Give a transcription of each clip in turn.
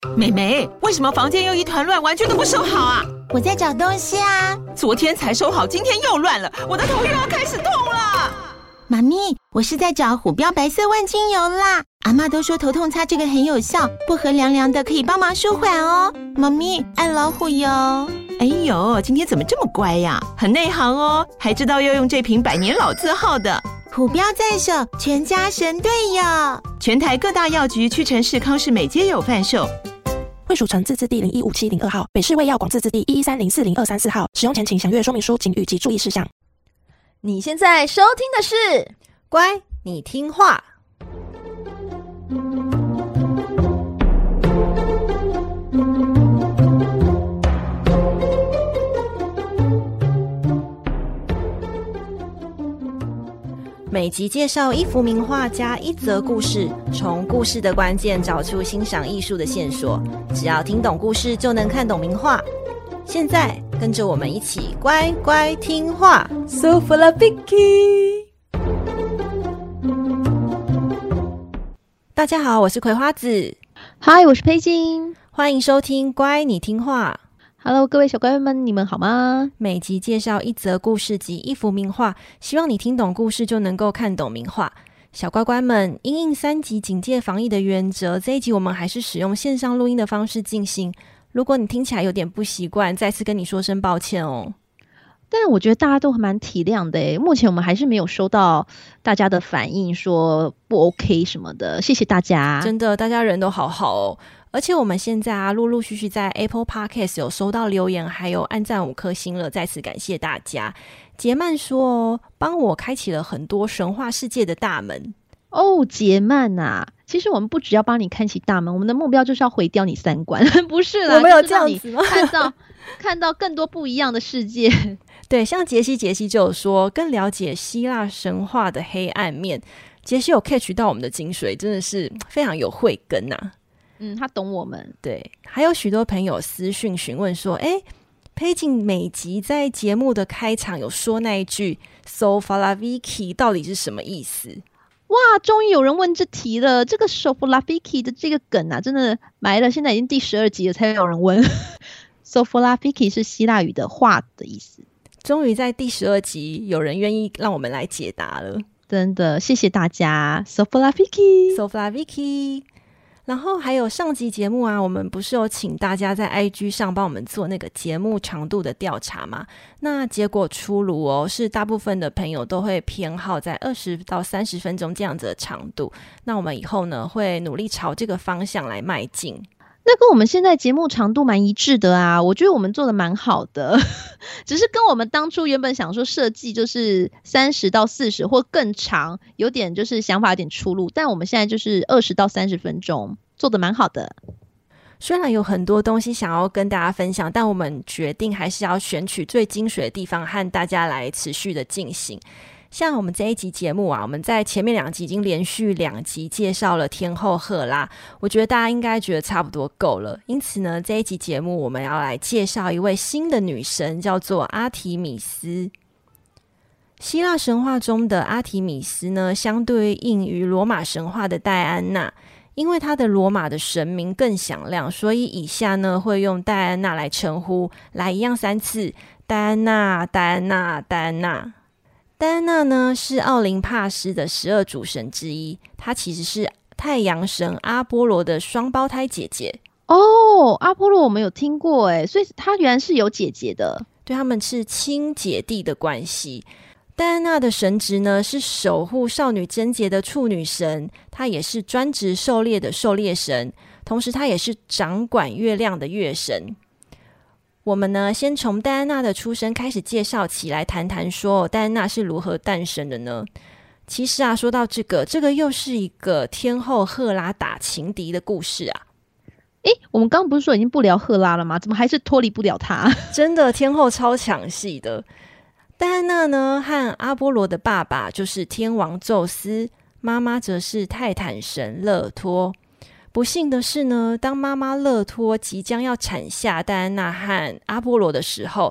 妹妹，为什么房间又一团乱，完全都不收好啊？ 我在找东西啊。 昨天才收好，今天又乱了，我的头又要开始痛了。 妈咪，我是在找虎标白色万金油啦。阿嬷都说头痛擦这个很有效，薄荷凉凉的，可以帮忙舒缓哦。妈咪，爱老虎油。 哎呦，今天怎么这么乖呀？很内行哦，还知道要用这瓶百年老字号的。 虎标在手，全家神队友。 全台各大药局、屈臣氏、康士美皆有贩售。 惠蜀城自治地015702号，北市卫药广自治地113040234号。使用前请详阅说明书、警语及注意事项。 你现在收听的是乖，你听话。每集介绍一幅名画加一则故事，从故事的关键找出欣赏艺术的线索。只要听懂故事，就能看懂名画。现在跟着我们一起乖乖听话。So for the Vicky。大家好，我是葵花子。 嗨，我是佩金。 欢迎收听乖，你听话。 Hello， 各位小乖们，你们好吗？ 每集介绍一则故事及一幅名画，希望你听懂故事就能够看懂名画。小乖乖们，因应3级警戒防疫的原则，这一集我们还是使用线上录音的方式进行。如果你听起来有点不习惯，再次跟你说声抱歉哦。 但我觉得大家都蛮体谅的耶，目前我们还是没有收到大家的反应说不 OK 什么的，谢谢大家。 真的，大家人都好好哦。而且我们现在陆陆续续在 Apple Podcast 有收到留言，还有按赞5颗星了，在此感谢大家。杰曼说帮我开启了很多神话世界的大门。 哦，杰曼啊，其实我们不只要帮你开启大门，我们的目标就是要毁掉你3观。不是啦， 我没有这样子吗？ 看到更多不一样的世界。 对，像杰西就有说更了解希腊神话的黑暗面。杰西有 catch 到我们的精髓，真的是非常有慧根啊。 他懂我们。 对，还有许多朋友私讯询问说，佩锦每集在节目的开场有说那一句 So for the Vicky 到底是什么意思？ 哇，终于有人问这题了。这个 So for the Vicky 的这个梗啊，真的埋了，现在已经第12集了才有人问。So for the Vicky 是希腊语的画的意思。 终于在第12集有人愿意让我们来解答了， 真的谢谢大家。So for the Vicky So for the Vicky。然后还有上集节目啊，我们不是有请大家在 IG 上帮我们做那个节目长度的调查吗？那结果出炉哦，是大部分的朋友都会偏好在20到30分钟这样子的长度。那我们以后呢，会努力朝这个方向来迈进。 那跟我们现在节目长度蛮一致的啊，我觉得我们做的蛮好的。只是跟我们当初原本想说设计就是30到40或更长，有点就是想法有点出入，但我们现在就是20到30分钟，做的蛮好的。 虽然有很多东西想要跟大家分享，但我们决定还是要选取最精髓的地方和大家来持续的进行。像我们这一集节目啊，我们在前面2集已经连续2集介绍了天后赫拉，我觉得大家应该觉得差不多够了。因此呢，这一集节目我们要来介绍一位新的女神，叫做阿提米斯。希腊神话中的阿提米斯呢，相对应于罗马神话的戴安娜。因为她的罗马的神明更响亮，所以以下呢会用戴安娜来称呼。来，一样3次，戴安娜，戴安娜，戴安娜。戴安娜呢是奥林帕斯的12主神之一，她其实是太阳神阿波罗的双胞胎姐姐。 哦，阿波罗我们有听过耶，所以她原来是有姐姐的。 对，他们是亲姐弟的关系。戴安娜的神职呢是守护少女贞洁的处女神，她也是专职狩猎的狩猎神，同时她也是掌管月亮的月神。我们呢先从戴安娜的出生开始介绍起，来谈谈说戴安娜是如何诞生的呢？其实啊，说到这个又是一个天后赫拉打情敌的故事啊。 我们刚刚不是说已经不聊赫拉了吗？怎么还是脱离不了她？ 真的，天后超抢戏的。戴安娜呢和阿波罗的爸爸就是天王宙斯，妈妈则是泰坦神勒托。不幸的是呢，当妈妈勒托即将要产下戴安娜和阿波罗的时候，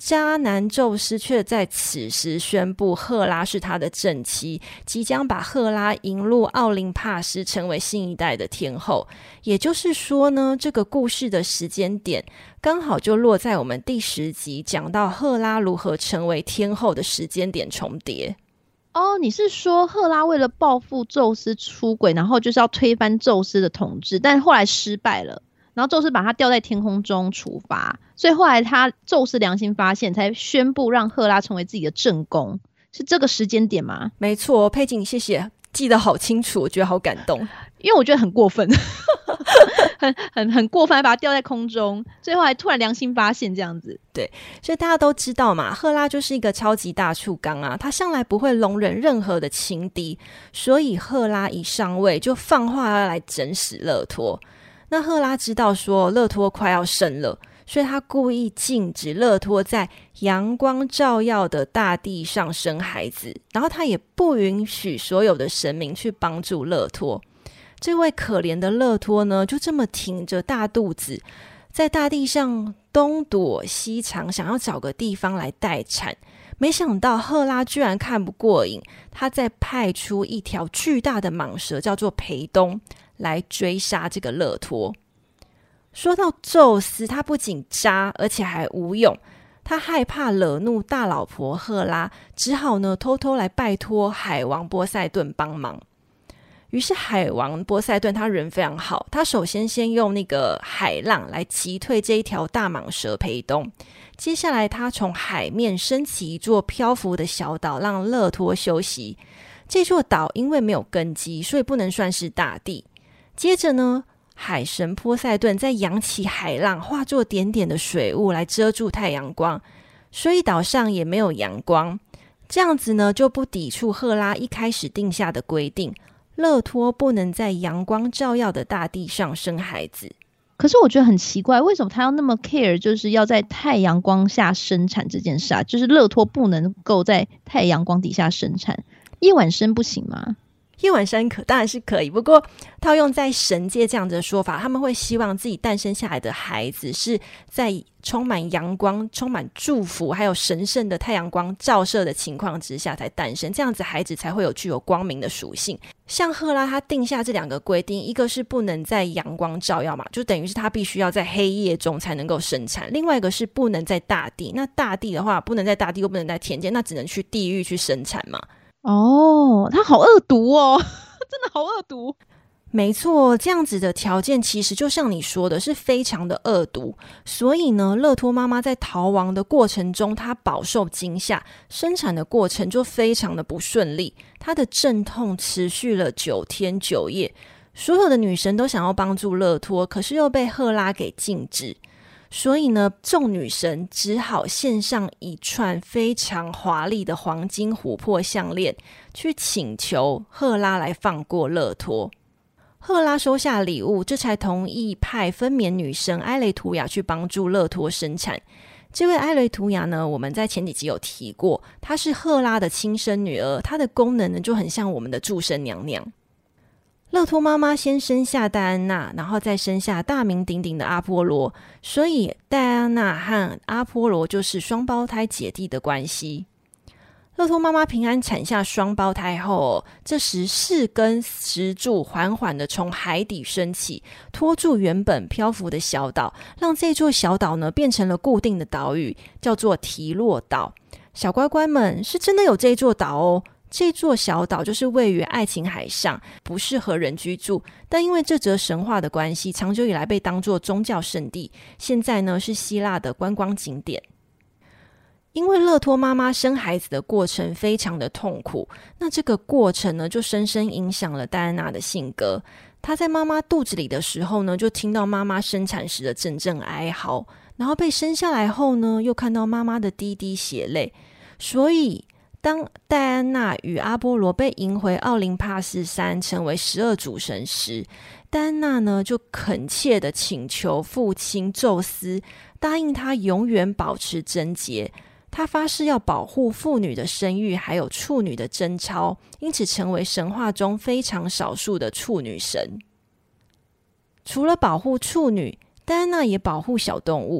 渣男宙斯却在此时宣布赫拉是他的正妻，即将把赫拉迎入奥林帕斯，成为新一代的天后。也就是说呢，这个故事的时间点刚好就落在我们第10集讲到赫拉如何成为天后的时间点重叠。 哦，你是说赫拉为了报复宙斯出轨，然后就是要推翻宙斯的统治，但后来失败了，然后宙斯把他吊在天空中处罚，所以后来宙斯良心发现，才宣布让赫拉成为自己的正宫，是这个时间点吗？ 没错，佩锦谢谢，记得好清楚，我觉得好感动， 因为我觉得很过分很过分，还把他吊在空中，最后还突然良心发现这样子。 对，所以大家都知道嘛，赫拉就是一个超级大畜缸啊，她向来不会容忍任何的轻敌，所以赫拉一上位就放话要来整死勒托。那赫拉知道说勒托快要生了，所以他故意禁止勒托在阳光照耀的大地上生孩子，然后他也不允许所有的神明去帮助勒托。这位可怜的勒托呢，就这么挺着大肚子，在大地上东躲西藏，想要找个地方来待产。没想到赫拉居然看不过瘾，他再派出一条巨大的蟒蛇，叫做培东，来追杀这个勒托。说到宙斯，他不仅渣，而且还无勇。他害怕惹怒大老婆赫拉，只好呢偷偷来拜托海王波塞顿帮忙。于是海王波塞顿他人非常好，他首先用那个海浪来击退这一条大蟒蛇培东，接下来他从海面升起一座漂浮的小岛，让勒托休息。这座岛因为没有根基，所以不能算是大地。接着呢，海神波塞顿再扬起海浪，化作点点的水雾来遮住太阳光，所以岛上也没有阳光。这样子呢，就不抵触赫拉一开始定下的规定，勒托不能在阳光照耀的大地上生孩子。 可是我觉得很奇怪，为什么他要那么 care 就是要在太阳光下生产这件事啊？就是勒托不能够在太阳光底下生产，夜晚生不行吗？ 夜晚生当然是可以，不过套用在神界这样的说法，他们会希望自己诞生下来的孩子是在充满阳光、充满祝福还有神圣的太阳光照射的情况之下才诞生，这样子孩子才会具有光明的属性。像赫拉他定下这2个规定，一个是不能在阳光照耀嘛，就等于是他必须要在黑夜中才能够生产，另外一个是不能在大地，那大地的话不能在大地又不能在田间，那只能去地狱去生产嘛。 哦，他好恶毒哦真的好恶毒。 没错，这样子的条件其实就像你说的是非常的恶毒，所以呢，勒托妈妈在逃亡的过程中，她饱受惊吓，生产的过程就非常的不顺利，她的阵痛持续了9天9夜，所有的女神都想要帮助勒托，可是又被赫拉给禁止，所以呢，众女神只好献上一串非常华丽的黄金琥珀项链，去请求赫拉来放过勒托。赫拉收下礼物，这才同意派分娩女神埃雷图雅去帮助勒托生产。这位埃雷图雅呢，我们在前几集有提过，她是赫拉的亲生女儿，她的功能呢就很像我们的祝生娘娘。勒托妈妈先生下戴安娜，然后再生下大名鼎鼎的阿波罗，所以戴安娜和阿波罗就是双胞胎姐弟的关系。勒托妈妈平安产下双胞胎后，这时4根石柱缓缓地从海底升起，拖住原本漂浮的小岛，让这座小岛呢变成了固定的岛屿，叫做提洛岛。小乖乖们，是真的有这座岛哦。这座小岛就是位于爱琴海上，不适合人居住，但因为这则神话的关系，长久以来被当作宗教圣地，现在呢是希腊的观光景点。因为勒托妈妈生孩子的过程非常的痛苦，那这个过程呢就深深影响了戴安娜的性格。她在妈妈肚子里的时候呢，就听到妈妈生产时的阵阵哀嚎，然后被生下来后呢，又看到妈妈的滴滴血泪。所以当戴安娜与阿波罗被迎回奥林帕斯山成为12主神时，戴安娜呢就恳切的请求父亲宙斯答应她永远保持贞洁。她发誓要保护妇女的生育还有处女的贞操，因此成为神话中非常少数的处女神。除了保护处女，戴安娜也保护小动物，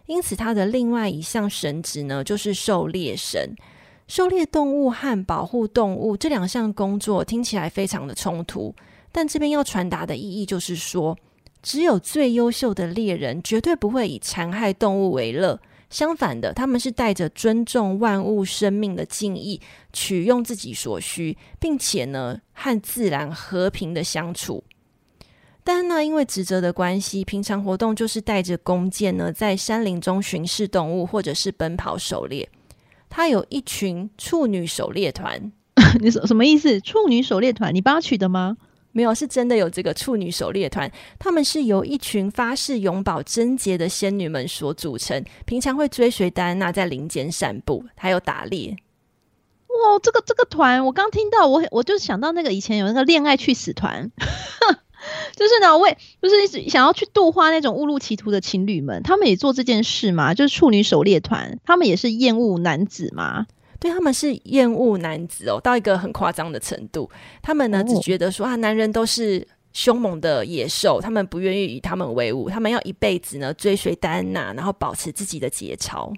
因此他的另外一项神职呢，就是狩猎神。狩猎动物和保护动物这两项工作听起来非常的冲突，但这边要传达的意义就是说，只有最优秀的猎人绝对不会以残害动物为乐，相反的，他们是带着尊重万物生命的敬意，取用自己所需，并且呢和自然和平的相处。但那因为职责的关系，平常活动就是带着弓箭呢，在山林中巡视动物，或者是奔跑狩猎。他有一群处女狩猎团。 你什么意思？处女狩猎团？你帮他取的吗？ 没有，是真的有这个处女狩猎团。他们是由一群发誓永保贞洁的仙女们所组成，平常会追随戴安娜在林间散步，还有打猎。 哇，这个团，我刚听到，我就想到那个以前有那个恋爱去死团。就是呢，就是想要去度化那种误入歧途的情侣们，他们也做这件事嘛，就是处女狩猎团，他们也是厌恶男子嘛。 对，他们是厌恶男子哦，到一个很夸张的程度。他们呢，只觉得说男人都是凶猛的野兽，他们不愿意以他们为伍，他们要一辈子呢追随戴安娜，然后保持自己的节操。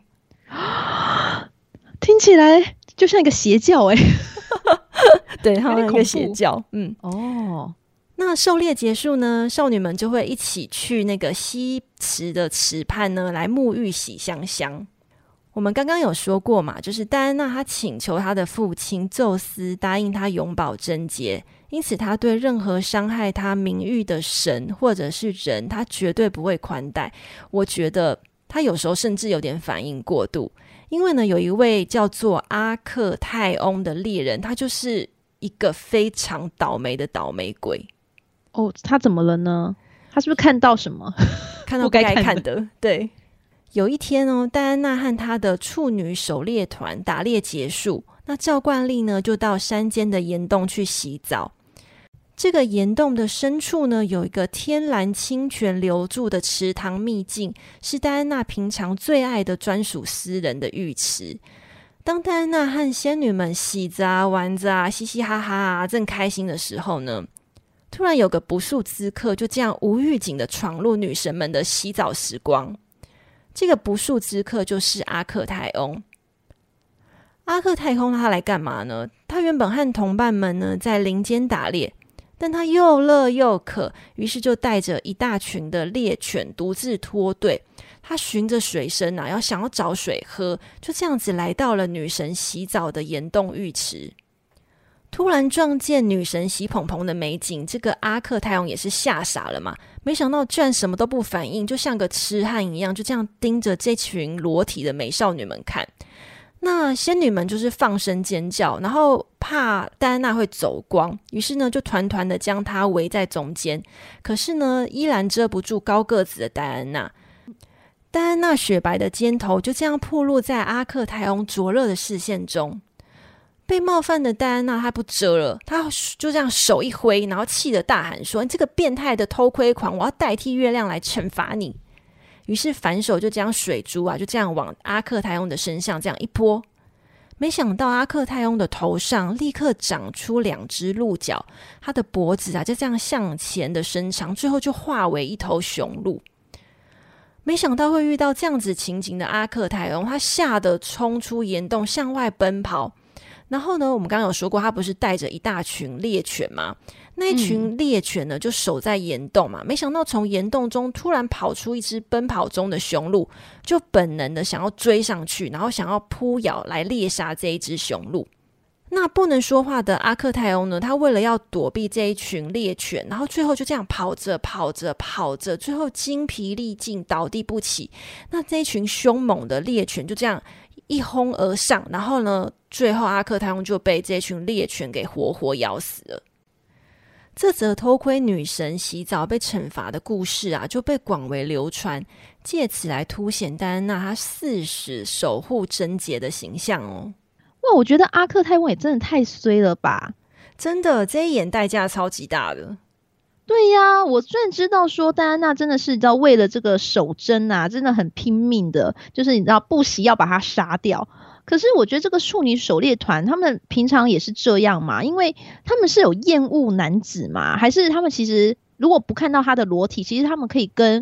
听起来就像一个邪教对，他们一个邪教。那狩猎结束呢，少女们就会一起去那个溪池的池畔呢，来沐浴洗香香。我们刚刚有说过嘛，就是戴安娜她请求她的父亲宙斯答应她永保贞洁，因此她对任何伤害她名誉的神或者是人，她绝对不会宽待。我觉得她有时候甚至有点反应过度，因为呢，有一位叫做阿克泰翁的猎人，他就是一个非常倒霉的倒霉鬼。 他怎么了呢？他是不是看到什么？ 看到不该看的。对，有一天戴安娜和她的处女狩猎团打猎结束，那照惯例呢，就到山间的岩洞去洗澡。这个岩洞的深处呢，有一个天然清泉流注的池塘秘境，是戴安娜平常最爱的专属私人的浴池。当戴安娜和仙女们洗着玩着嘻嘻哈哈正开心的时候呢，突然有个不速之客就这样无预警的闯入女神们的洗澡时光。这个不速之客就是阿克泰翁。阿克泰翁他来干嘛呢？他原本和同伴们呢在林间打猎，但他又热又渴，于是就带着一大群的猎犬独自脱队。他循着水声要想要找水喝，就这样子来到了女神洗澡的岩洞浴池。突然撞见女神洗蓬蓬的美景，这个阿克泰翁也是吓傻了嘛，没想到居然什么都不反应，就像个痴汉一样，就这样盯着这群裸体的美少女们看。那仙女们就是放声尖叫，然后怕戴安娜会走光，于是呢就团团的将她围在中间，可是呢依然遮不住高个子的戴安娜。戴安娜雪白的肩头就这样暴露在阿克泰翁灼热的视线中。被冒犯的戴安娜她不遮了，她就这样手一挥，然后气得大喊说，你这个变态的偷窥狂，我要代替月亮来惩罚你。于是反手就将水珠就这样往阿克泰翁的身上这样一泼。没想到阿克泰翁的头上立刻长出2只鹿角，他的脖子就这样向前的伸长，最后就化为一头雄鹿。没想到会遇到这样子情景的阿克泰翁，他吓得冲出岩洞向外奔跑。然后呢，我们刚刚有说过，他不是带着一大群猎犬吗？那一群猎犬呢，就守在岩洞嘛。没想到从岩洞中突然跑出一只奔跑中的雄鹿，就本能的想要追上去，然后想要扑咬来猎杀这一只雄鹿。那不能说话的阿克泰翁呢，他为了要躲避这一群猎犬，然后最后就这样跑着，最后精疲力尽倒地不起。那这一群凶猛的猎犬就这样一哄而上，然后呢，最后阿克泰翁就被这群猎犬给活活咬死了。这则偷窥女神洗澡被惩罚的故事就被广为流传，借此来凸显戴安娜她誓死守护贞洁的形象哦。 哇，我觉得阿克泰翁也真的太衰了吧！ 真的，这一演代价超级大的。 对呀，我虽然知道说戴安娜真的是你知道为了这个守贞真的很拼命的，就是你知道不惜要把她杀掉。可是我觉得这个处女狩猎团他们平常也是这样嘛，因为他们是有厌恶男子嘛，还是他们其实如果不看到他的裸体，其实他们可以跟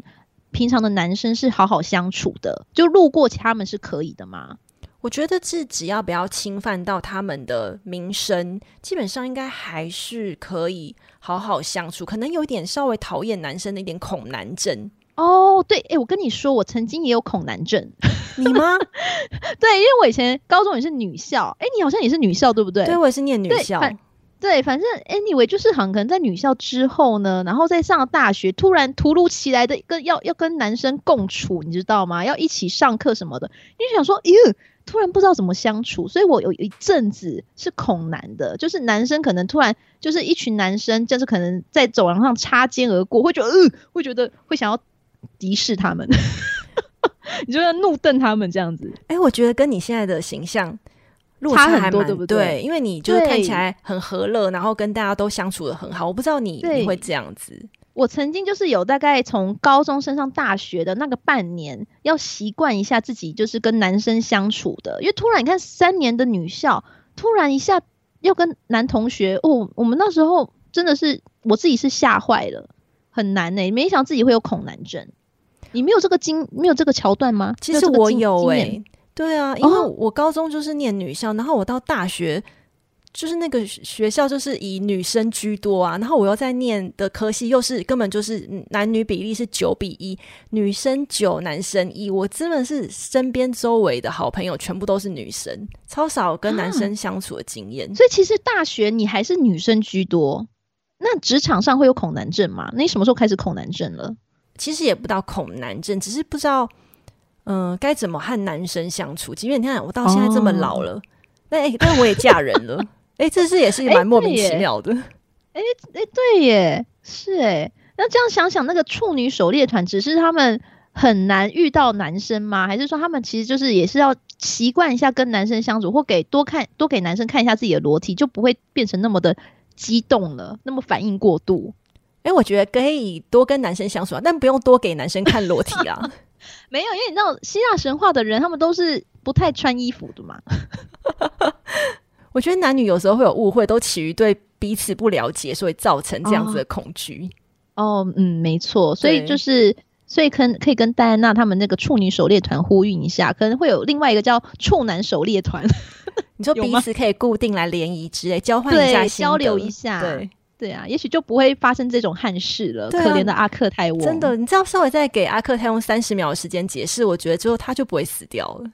平常的男生是好好相处的？就路过他们是可以的吗？ 我觉得只要不要侵犯到他们的名声，基本上应该还是可以好好相处。可能有一点稍微讨厌男生的一点恐男症。 哦，对，我跟你说，我曾经也有恐男症。 你吗？ 对，因为我以前高中也是女校。你好像也是女校对不对？ 对，我也是念女校。 对，反正 anyway 就是可能在女校之后呢，然后再上大学，突然突如其来的要跟男生共处，你知道吗？要一起上课什么的，你就想说，突然不知道怎么相处，所以我有一阵子是恐男的，就是男生可能突然就是一群男生，就是可能在走廊上擦肩而过，会觉得会想要敌视他们，你就要怒瞪他们这样子。 我觉得跟你现在的形象落差差很多，对不对？ 对，因为你就是看起来很和乐，然后跟大家都相处得很好。我不知道你会这样子。 我曾经就是有大概从高中升上大学的那个半年，要习惯一下自己就是跟男生相处的，因为突然你看3年的女校，突然一下要跟男同学，我们那时候真的是我自己是吓坏了，很难没想到自己会有恐男症。你没有这个桥段吗？ 其实我有对啊，因为我高中就是念女校，然后我到大学就是那个学校就是以女生居多啊，然后我又在念的科系又是根本就是男女比例是9:1，女生9男生1，我真的是身边周围的好朋友全部都是女生，超少跟男生相处的经验。 所以其实大学你还是女生居多，那职场上会有恐男症吗？那你什么时候开始恐男症了？ 其实也不到恐男症，只是不知道该怎么和男生相处。即便你看我到现在这么老了，但我也嫁人了。这是也是蛮莫名其妙的。 对耶，是那这样想想，那个处女狩猎团只是他们很难遇到男生吗？还是说他们其实就是也是要习惯一下跟男生相处，或多给男生看一下自己的裸体，就不会变成那么的激动了，那么反应过度？ 我觉得可以多跟男生相处但不用多给男生看裸体啊。 没有，因为你知道希腊神话的人他们都是不太穿衣服的嘛。 我觉得男女有时候会有误会，都起于对彼此不了解，所以造成这样子的恐惧。 没错，所以可以跟戴安娜他们那个处女狩猎团呼吁一下，可能会有另外一个叫处男狩猎团。 你说彼此可以固定来联谊之类，交换一下心得， 交流一下。对啊，也许就不会发生这种憾事了。可怜的阿克泰翁， 真的，你知道稍微再给阿克泰翁30秒的时间解释，我觉得之后他就不会死掉了。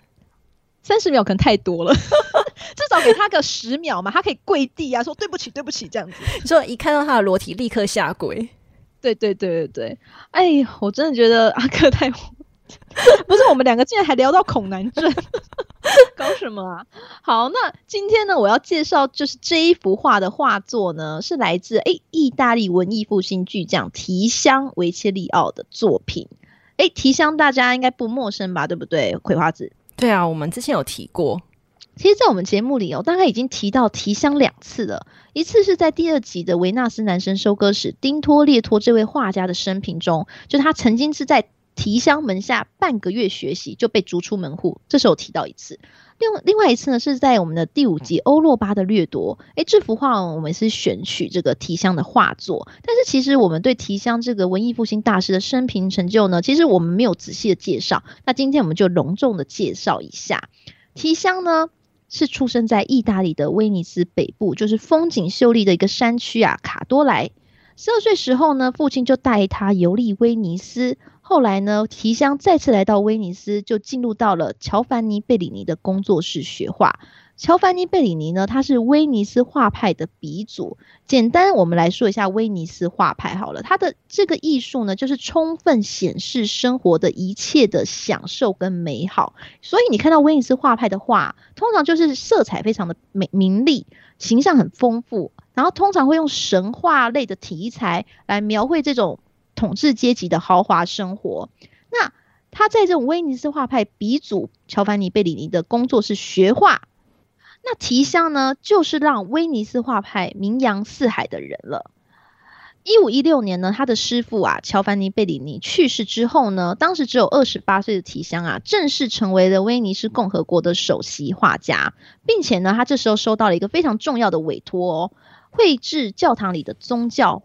30秒可能太多了，至少给他个10秒嘛，他可以跪地啊，说对不起对不起这样子。 你说一看到他的裸体立刻下跪。 对，我真的觉得阿克泰翁不是，我们两个竟然还聊到恐男症。搞什么啊？好，那今天呢，我要介绍就是这一幅画的画作呢，是来自意大利文艺复兴巨匠提香维切利奥的作品。提香大家应该不陌生吧，对不对？葵花子。 对啊，我们之前有提过。 其实在我们节目里大概已经提到提香2次了，一次是在第2集的维纳斯男神收割史丁托列托这位画家的生平中，就他曾经是在提香门下半个月学习就被逐出门户，这时候提到一次。另外一次呢，是在我们的第5集欧洛巴的掠夺。这幅画我们是选取这个提香的画作，但是其实我们对提香这个文艺复兴大师的生平成就呢，其实我们没有仔细的介绍，那今天我们就隆重的介绍一下。提香呢是出生在意大利的威尼斯北部，就是风景秀丽的一个山区卡多莱。12岁时候呢，父亲就带他游历威尼斯。后来呢，提香再次来到威尼斯，就进入到了乔凡尼贝里尼的工作室学画。乔凡尼贝里尼呢，他是威尼斯画派的鼻祖。简单我们来说一下威尼斯画派好了，他的这个艺术呢，就是充分显示生活的一切的享受跟美好。所以你看到威尼斯画派的画，通常就是色彩非常的明丽，形象很丰富，然后通常会用神话类的题材来描绘这种统治阶级的豪华生活。那他在这种威尼斯画派鼻祖乔凡尼贝里尼的工作室学画，那提香呢，就是让威尼斯画派名扬四海的人了。1516年呢，他的师父乔凡尼贝里尼去世之后呢，当时只有28岁的提香正式成为了威尼斯共和国的首席画家，并且呢，他这时候收到了一个非常重要的委托绘制教堂里的宗教画。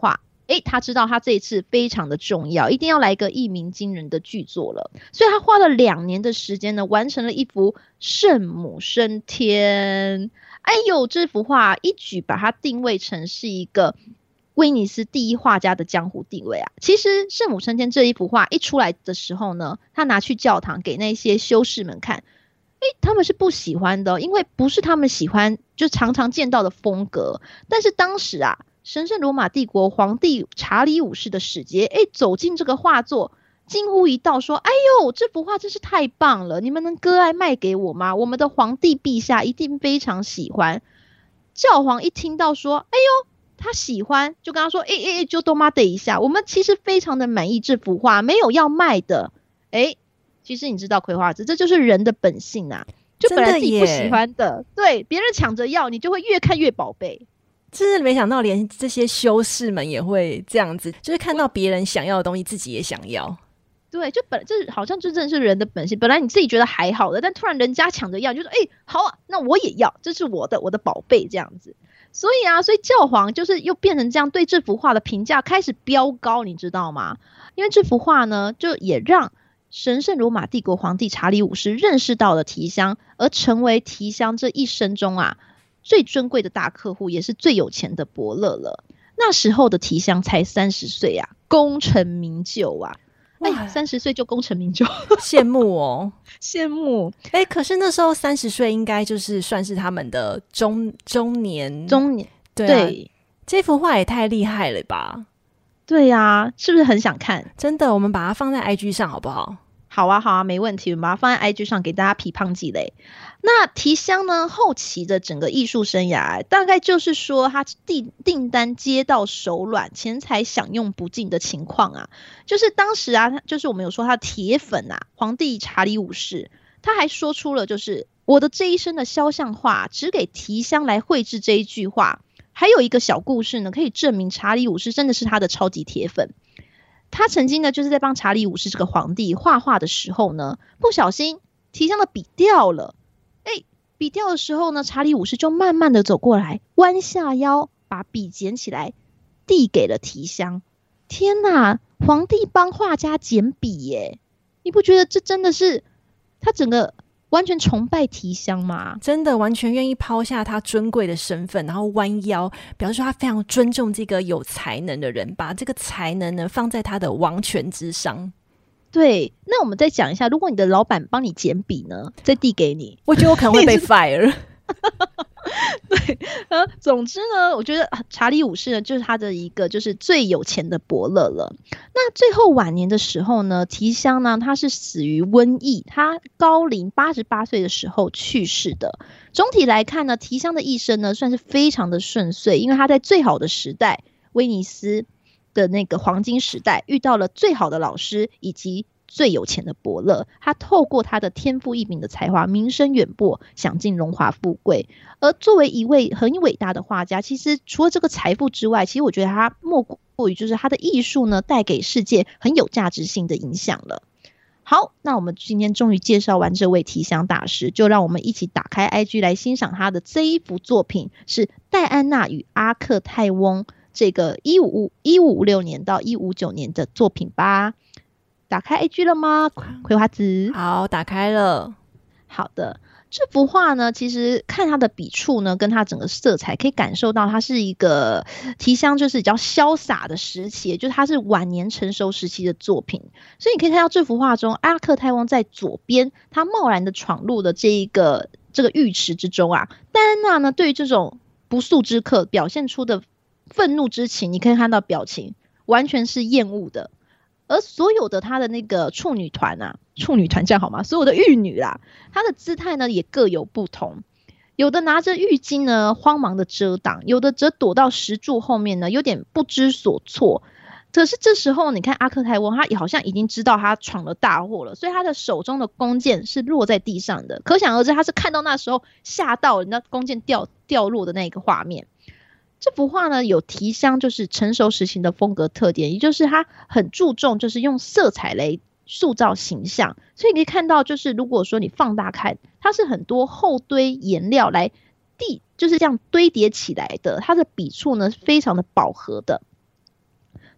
他知道他这一次非常的重要，一定要来个一鸣惊人的巨作了，所以他花了2年的时间呢，完成了一幅圣母升天。哎呦，这幅画一举把它定位成是一个威尼斯第一画家的江湖地位啊！其实圣母升天这一幅画一出来的时候呢，他拿去教堂给那些修士们看，他们是不喜欢的，因为不是他们喜欢就常常见到的风格。但是当时啊，神圣罗马帝国皇帝查理五世的使节走进这个画作，惊呼一道说：“哎呦，这幅画真是太棒了！你们能割爱卖给我吗？我们的皇帝陛下一定非常喜欢。”教皇一听到说：“哎呦，他喜欢，就跟他说：‘就多妈等一下，我们其实非常的满意这幅画，没有要卖的。’其实你知道葵花子，这就是人的本性啊，就本来自己不喜欢的，对别人抢着要，你就会越看越宝贝。 真的没想到，连这些修士们也会这样子，就是看到别人想要的东西，自己也想要。” 对，就这好像就真的是人的本性。本来你自己觉得还好的，但突然人家抢着要，你就说好啊，那我也要，这是我的宝贝这样子。所以教皇就是又变成这样，对这幅画的评价开始飙高，你知道吗？因为这幅画呢，就也让神圣罗马帝国皇帝查理五世认识到了提香，而成为提香这一生中最尊贵的大客户，也是最有钱的伯乐了。那时候的提香才30岁啊，功成名就啊！30岁就功成名就， 羡慕哦， 羡慕。 可是那时候30岁应该就是算是他们的中年，对，这幅画也太厉害了吧？ 对呀，是不是很想看？ 真的，我们把它放在 IG 上好不好？ 好啊，没问题，我们把它放在 IG 上给大家批判积累。那提香呢，后期的整个艺术生涯，大概就是说他订单接到手软，钱财享用不尽的情况啊。就是当时就是我们有说他铁粉皇帝查理五世，他还说出了就是我的这一生的肖像画只给提香来绘制这一句话。还有一个小故事呢，可以证明查理五世真的是他的超级铁粉。他曾经呢，就是在帮查理五世这个皇帝画画的时候呢，不小心提香的笔掉了。笔掉的时候呢，查理五世就慢慢的走过来，弯下腰把笔捡起来，递给了提香。天哪，皇帝帮画家捡笔耶！你不觉得这真的是他整个完全崇拜提香吗？ 真的完全愿意抛下他尊贵的身份，然后弯腰表示说他非常尊重这个有才能的人，把这个才能呢放在他的王权之上。 对，那我们再讲一下，如果你的老板帮你捡笔呢，再递给你， 我觉得我可能会被 fire 对，总之呢，我觉得查理五世呢，就是他的一个就是最有钱的伯乐了。那最后晚年的时候呢，提香呢，他是死于瘟疫，他高龄88岁的时候去世的。总体来看呢，提香的一生呢，算是非常的顺遂，因为他在最好的时代，威尼斯的那个黄金时代，遇到了最好的老师以及最有钱的伯乐，他透过他的天赋异禀的才华，名声远播，享尽荣华富贵。而作为一位很伟大的画家，其实除了这个财富之外，其实我觉得他莫过于就是他的艺术呢，带给世界很有价值性的影响了。好，那我们今天终于介绍完这位提香大师，就让我们一起打开 IG 来欣赏他的这一幅作品，是戴安娜与阿克泰翁这个1556年到159年的作品吧。打开 IG 了吗？葵花子。 好，打开了。 好的，这幅画呢，其实看它的笔触呢，跟它整个色彩，可以感受到它是一个提香就是比较潇洒的时期，也就是它是晚年成熟时期的作品。所以你可以看到这幅画中，阿克泰翁在左边，他贸然的闯入了这个浴池之中啊。戴安娜呢，对于这种不速之客表现出的愤怒之情，你可以看到表情完全是厌恶的。而所有的他的那个处女团这样好吗？所有的玉女啦，她的姿态呢也各有不同，有的拿着浴巾呢慌忙的遮挡，有的则躲到石柱后面呢有点不知所措。可是这时候你看阿克泰翁，他也好像已经知道他闯了大祸了，所以他的手中的弓箭是落在地上的，可想而知他是看到那时候吓到人家弓箭掉落的那个画面。这幅画呢有提香就是成熟时期的风格特点，也就是它很注重就是用色彩来塑造形象，所以你可以看到就是如果说你放大看，它是很多厚堆颜料来就是这样堆叠起来的，它的笔触呢非常的饱和的。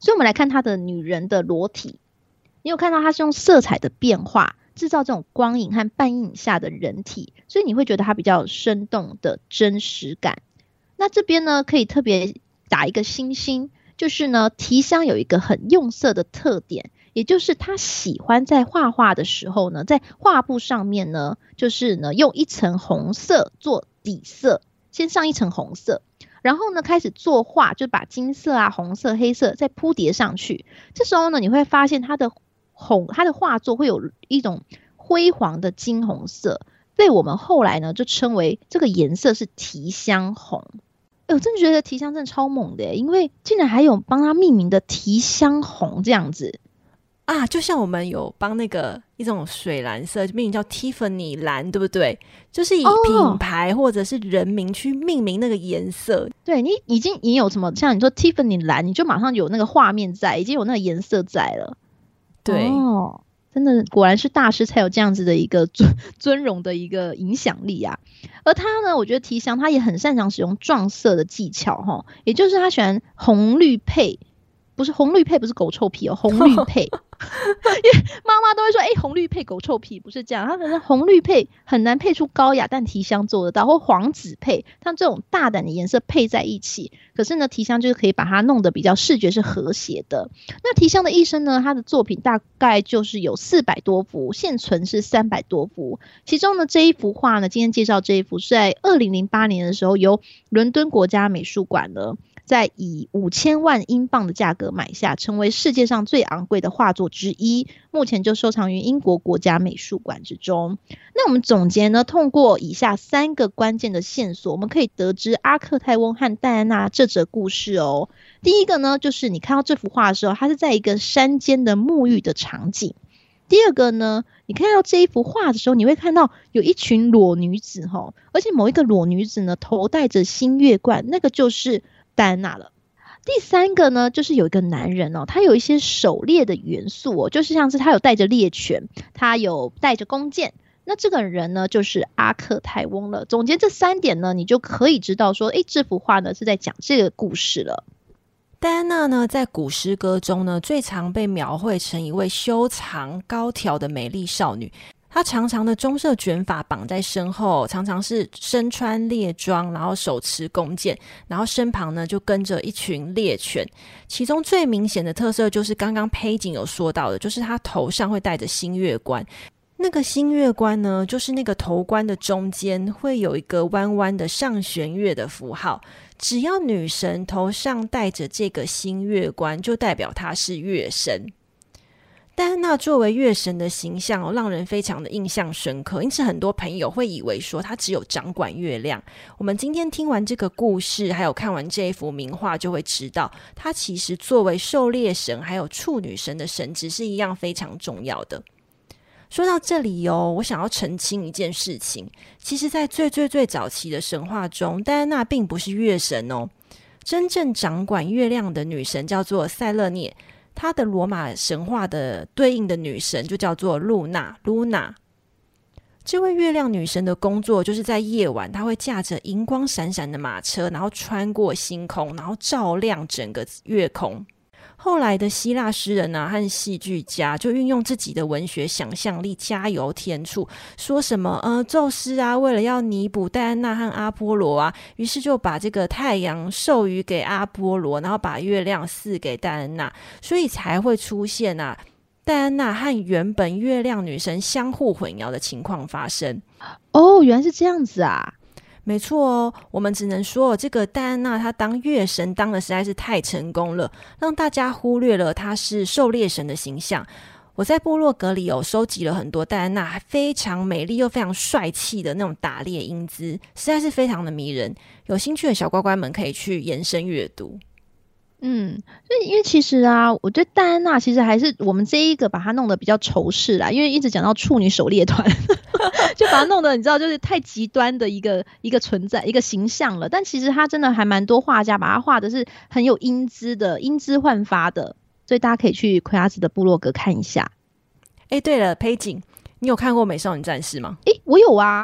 所以我们来看她的女人的裸体，你有看到她是用色彩的变化制造这种光影和半阴影下的人体，所以你会觉得它比较有生动的真实感。那这边呢可以特别打一个星星，就是呢提香有一个很用色的特点，也就是他喜欢在画画的时候呢，在画布上面呢，就是呢用一层红色做底色，先上一层红色，然后呢开始作画，就把金色啊、红色、黑色再铺叠上去。这时候呢，你会发现他的画作会有一种辉煌的金红色，被我们后来呢就称为这个颜色是提香红。我真的觉得提香真的超猛的耶，因为竟然还有帮他命名的提香红这样子啊，就像我们有帮那个一种水蓝色命名叫 Tiffany 蓝，对不对？就是以品牌或者是人名去命名那个颜色。 对，你有什么像你说 Tiffany 蓝，你就马上有那个画面在，已经有那个颜色在了。 对， 真的果然是大师才有这样子的一个尊荣的一个影响力啊。而他呢，我觉得提香他也很擅长使用撞色的技巧也就是他喜欢红绿配，不是红绿配不是狗臭屁红绿配因为妈妈都会说红绿配狗臭屁，不是这样，他可能红绿配很难配出高雅，但提香做得到，或黄紫配，像这种大胆的颜色配在一起，可是呢提香就是可以把它弄得比较视觉是和谐的。那提香的一生呢，他的作品大概就是有400多幅，现存是300多幅，其中呢这一幅画呢，今天介绍这一幅是在2008年的时候由伦敦国家美术馆呢在以5000万英镑的价格买下，成为世界上最昂贵的画作之一，目前就收藏于英国国家美术馆之中。那我们总结呢，通过以下3个关键的线索，我们可以得知阿克泰翁和戴安娜这则故事哦。第一个呢，就是你看到这幅画的时候，它是在一个山间的沐浴的场景。第二个呢，你看到这一幅画的时候，你会看到有一群裸女子而且某一个裸女子呢头戴着新月冠，那个就是戴安娜了。第三个呢，就是有一个男人他有一些狩猎的元素就是像是他有带着猎犬，他有带着弓箭，那这个人呢就是阿克泰翁了。总结这3点呢，你就可以知道说这幅画呢是在讲这个故事了。 戴安娜呢，在古诗歌中呢，最常被描绘成一位修长高挑的美丽少女。她长长的棕色卷发绑在身后，常常是身穿猎装，然后手持弓箭，然后身旁呢就跟着一群猎犬。其中最明显的特色就是刚刚佩锦有说到的，就是她头上会戴着新月冠。那个新月冠呢，就是那个头冠的中间会有一个弯弯的上弦月的符号，只要女神头上戴着这个新月冠，就代表她是月神。戴安娜作为月神的形象让人非常的印象深刻，因此很多朋友会以为说她只有掌管月亮。我们今天听完这个故事，还有看完这一幅名画，就会知道她其实作为狩猎神还有处女神的神职是一样非常重要的。说到这里我想要澄清一件事情，其实在最早期的神话中，戴安娜并不是月神真正掌管月亮的女神叫做塞勒涅，她的罗马神话的对应的女神就叫做露娜 Luna。 这位月亮女神的工作就是在夜晚，她会驾着银光闪闪的马车，然后穿过星空，然后照亮整个月空。后来的希腊诗人和戏剧家就运用自己的文学想象力加油添醋，说什么宙斯为了要弥补戴安娜和阿波罗于是就把这个太阳授予给阿波罗，然后把月亮赐给戴安娜，所以才会出现戴安娜和原本月亮女神相互混淆的情况发生。 原来是这样子啊。 没错我们只能说这个戴安娜她当月神当的实在是太成功了，让大家忽略了她是狩猎神的形象。我在部落格里收集了很多戴安娜非常美丽又非常帅气的那种打猎英姿，实在是非常的迷人，有兴趣的小乖乖们可以去延伸阅读。 所以因为其实我觉得戴安娜其实还是我们这一个把它弄得比较仇视啦，因为一直讲到处女狩猎团就把它弄得你知道就是太极端的一个存在一个形象了，但其实它真的还蛮多画家把它画的是很有英姿的，英姿焕发的，所以大家可以去葵阿子的部落格看一下。 对了，佩锦，你有看过美少女战士吗？ 我有啊。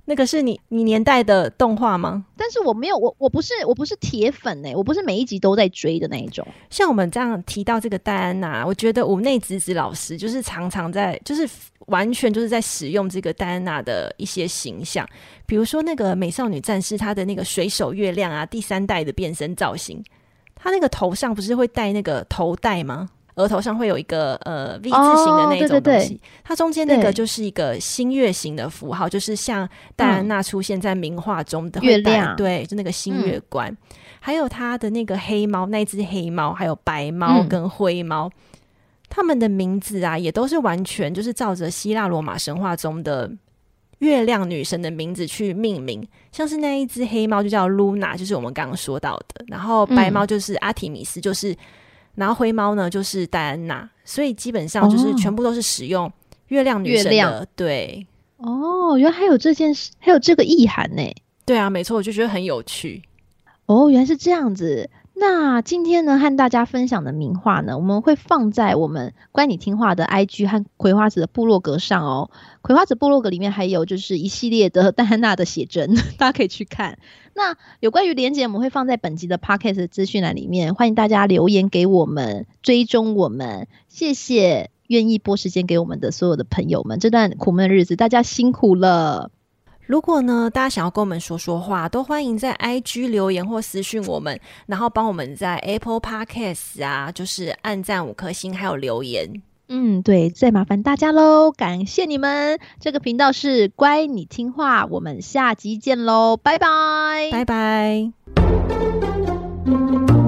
那个是你年代的动画吗？ 但是我没有，我不是铁粉我不是每一集都在追的那一种。 像我们这样提到这个戴安娜，我觉得五内直子老师就是常常在，就是完全就是在使用这个戴安娜的一些形象，比如说那个美少女战士，她的那个水手月亮啊，第3代的变身造型，她那个头上不是会戴那个头带吗？额头上会有一个V 字形的那种东西，它中间那个就是一个新月形的符号，就是像戴安娜出现在名画中的月亮， 对，就那个新月冠。还有它的那个黑猫，那只黑猫，还有白猫跟灰猫，它们的名字啊，也都是完全就是照着希腊罗马神话中的月亮女神的名字去命名，像是那一只黑猫就叫 Luna， 就是我们刚刚说到的，然后白猫就是阿提米斯，就是然后灰猫呢就是戴安娜，所以基本上就是全部都是使用月亮女神的，对。 哦，原来还有这件事，还有这个意涵呢。 对啊，没错，我就觉得很有趣。 哦，原来是这样子。那今天呢，和大家分享的名画呢，我们会放在我们乖你听话的 IG 和葵花子的部落格上哦。葵花子部落格里面还有就是一系列的戴安娜的写真，大家可以去看。那有关于连结，我们会放在本集的 Podcast 的资讯栏里面，欢迎大家留言给我们，追踪我们。谢谢愿意拨时间给我们的所有的朋友们，这段苦闷的日子大家辛苦了。 如果呢，大家想要跟我们说说话，都欢迎在 IG 留言或私讯我们，然后帮我们在 Apple Podcast 啊，就是按赞5颗星，还有留言。 对，再麻烦大家咯，感谢你们。这个频道是乖你听话，我们下集见咯，拜拜， 拜拜。